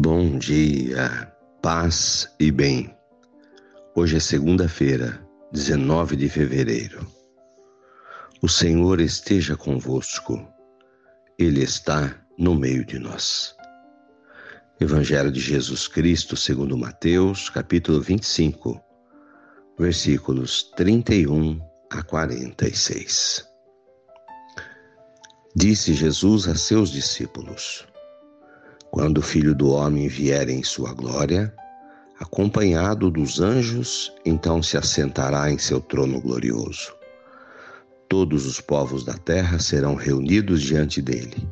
Bom dia, paz e bem. Hoje é segunda-feira, 19 de fevereiro. O Senhor esteja convosco. Ele está no meio de nós. Evangelho de Jesus Cristo, segundo Mateus, capítulo 25, versículos 31 a 46. Disse Jesus a seus discípulos: Quando o Filho do Homem vier em sua glória, acompanhado dos anjos, então se assentará em seu trono glorioso. Todos os povos da terra serão reunidos diante dele,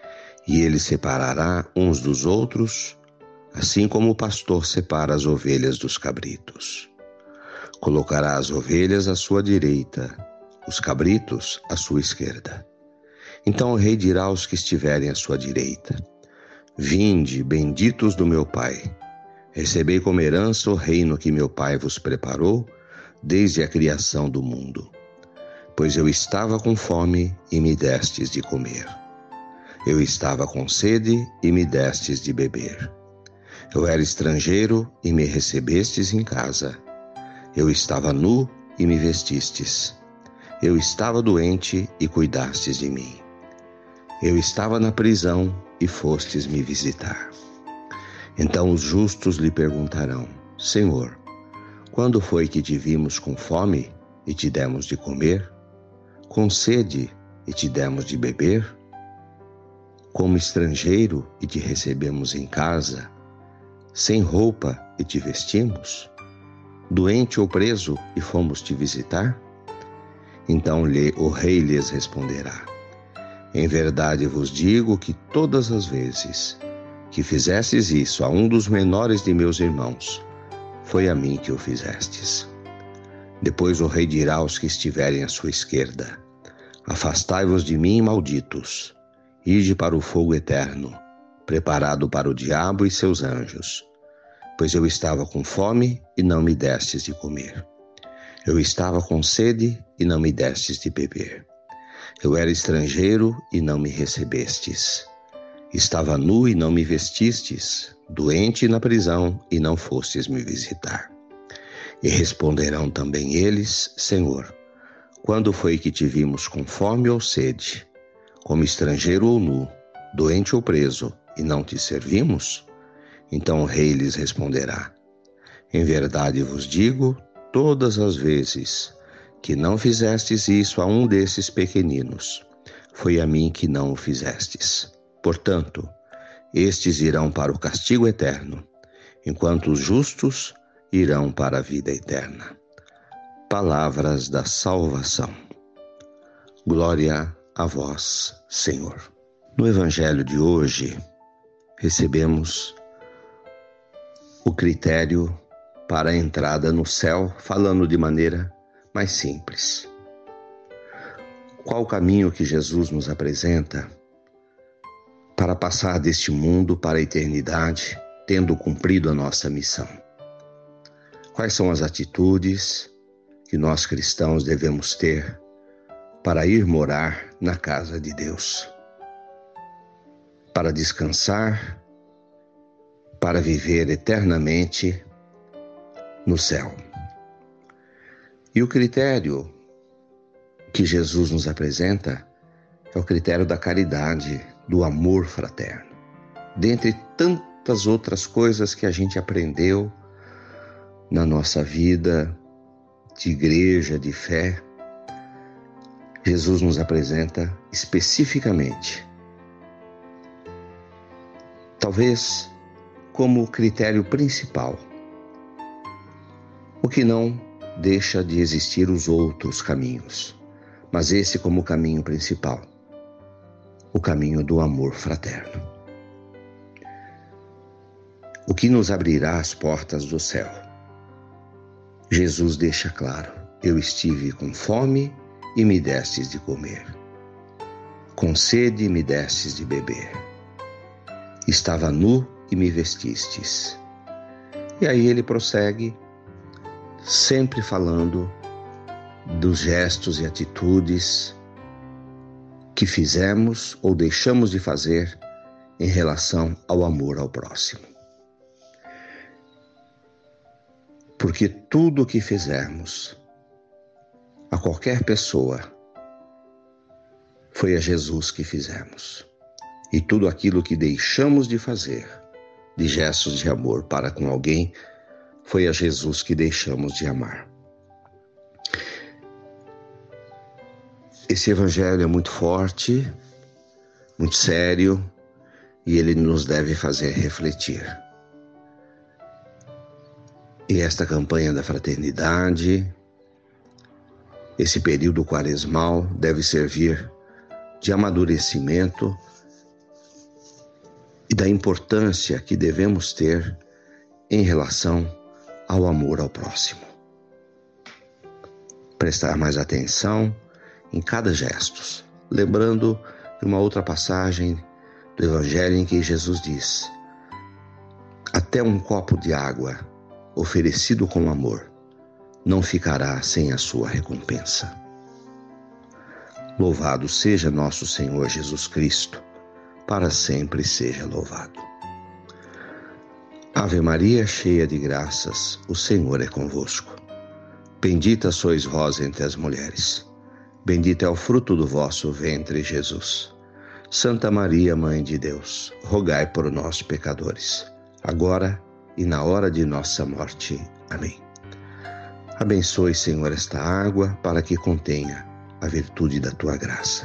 e ele separará uns dos outros, assim como o pastor separa as ovelhas dos cabritos. Colocará as ovelhas à sua direita, os cabritos à sua esquerda. Então o rei dirá aos que estiverem à sua direita: Vinde, benditos do meu Pai, recebei como herança o reino que meu Pai vos preparou desde a criação do mundo. Pois eu estava com fome e me destes de comer. Eu estava com sede e me destes de beber. Eu era estrangeiro e me recebestes em casa. Eu estava nu e me vestistes. Eu estava doente e cuidastes de mim. Eu estava na prisão e fostes me visitar. Então os justos lhe perguntarão: Senhor, quando foi que te vimos com fome e te demos de comer? Com sede e te demos de beber? Como estrangeiro e te recebemos em casa? Sem roupa e te vestimos? Doente ou preso e fomos te visitar? Então o rei lhes responderá: Em verdade vos digo que todas as vezes que fizestes isso a um dos menores de meus irmãos, foi a mim que o fizestes. Depois o rei dirá aos que estiverem à sua esquerda: Afastai-vos de mim, malditos, ide para o fogo eterno, preparado para o diabo e seus anjos. Pois eu estava com fome e não me destes de comer. Eu estava com sede e não me destes de beber. Eu era estrangeiro e não me recebestes. Estava nu e não me vestistes, doente na prisão e não fostes me visitar. E responderão também eles: Senhor, quando foi que te vimos com fome ou sede, como estrangeiro ou nu, doente ou preso, e não te servimos? Então o rei lhes responderá: Em verdade vos digo, todas as vezes que não fizestes isso a um desses pequeninos, foi a mim que não o fizestes. Portanto, estes irão para o castigo eterno, enquanto os justos irão para a vida eterna. Palavras da salvação. Glória a vós, Senhor. No Evangelho de hoje, recebemos o critério para a entrada no céu, falando de maneira mais simples. Qual o caminho que Jesus nos apresenta para passar deste mundo para a eternidade, tendo cumprido a nossa missão? Quais são as atitudes que nós cristãos devemos ter para ir morar na casa de Deus? Para descansar, para viver eternamente no céu. E o critério que Jesus nos apresenta é o critério da caridade, do amor fraterno. Dentre tantas outras coisas que a gente aprendeu na nossa vida de igreja, de fé, Jesus nos apresenta especificamente, talvez como critério principal, o que não deixa de existir os outros caminhos, mas esse como caminho principal, o caminho do amor fraterno. O que nos abrirá as portas do céu? Jesus deixa claro: eu estive com fome e me destes de comer, com sede e me destes de beber, estava nu e me vestistes. E aí ele prossegue, sempre falando dos gestos e atitudes que fizemos ou deixamos de fazer em relação ao amor ao próximo. Porque tudo o que fizermos a qualquer pessoa foi a Jesus que fizemos. E tudo aquilo que deixamos de fazer, de gestos de amor para com alguém, foi a Jesus que deixamos de amar. Esse evangelho é muito forte, muito sério, e ele nos deve fazer refletir. E esta campanha da fraternidade, esse período quaresmal, deve servir de amadurecimento e da importância que devemos ter em relação ao amor ao próximo. Prestar mais atenção em cada gesto, lembrando de uma outra passagem do Evangelho em que Jesus diz: até um copo de água oferecido com amor não ficará sem a sua recompensa. Louvado seja nosso Senhor Jesus Cristo, para sempre seja louvado. Ave Maria, cheia de graças, o Senhor é convosco. Bendita sois vós entre as mulheres. Bendito é o fruto do vosso ventre, Jesus. Santa Maria, Mãe de Deus, rogai por nós, pecadores, agora e na hora de nossa morte. Amém. Abençoe, Senhor, esta água para que contenha a virtude da tua graça.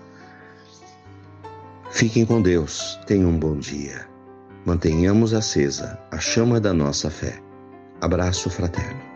Fiquem com Deus, tenham um bom dia. Mantenhamos acesa a chama da nossa fé. Abraço fraterno.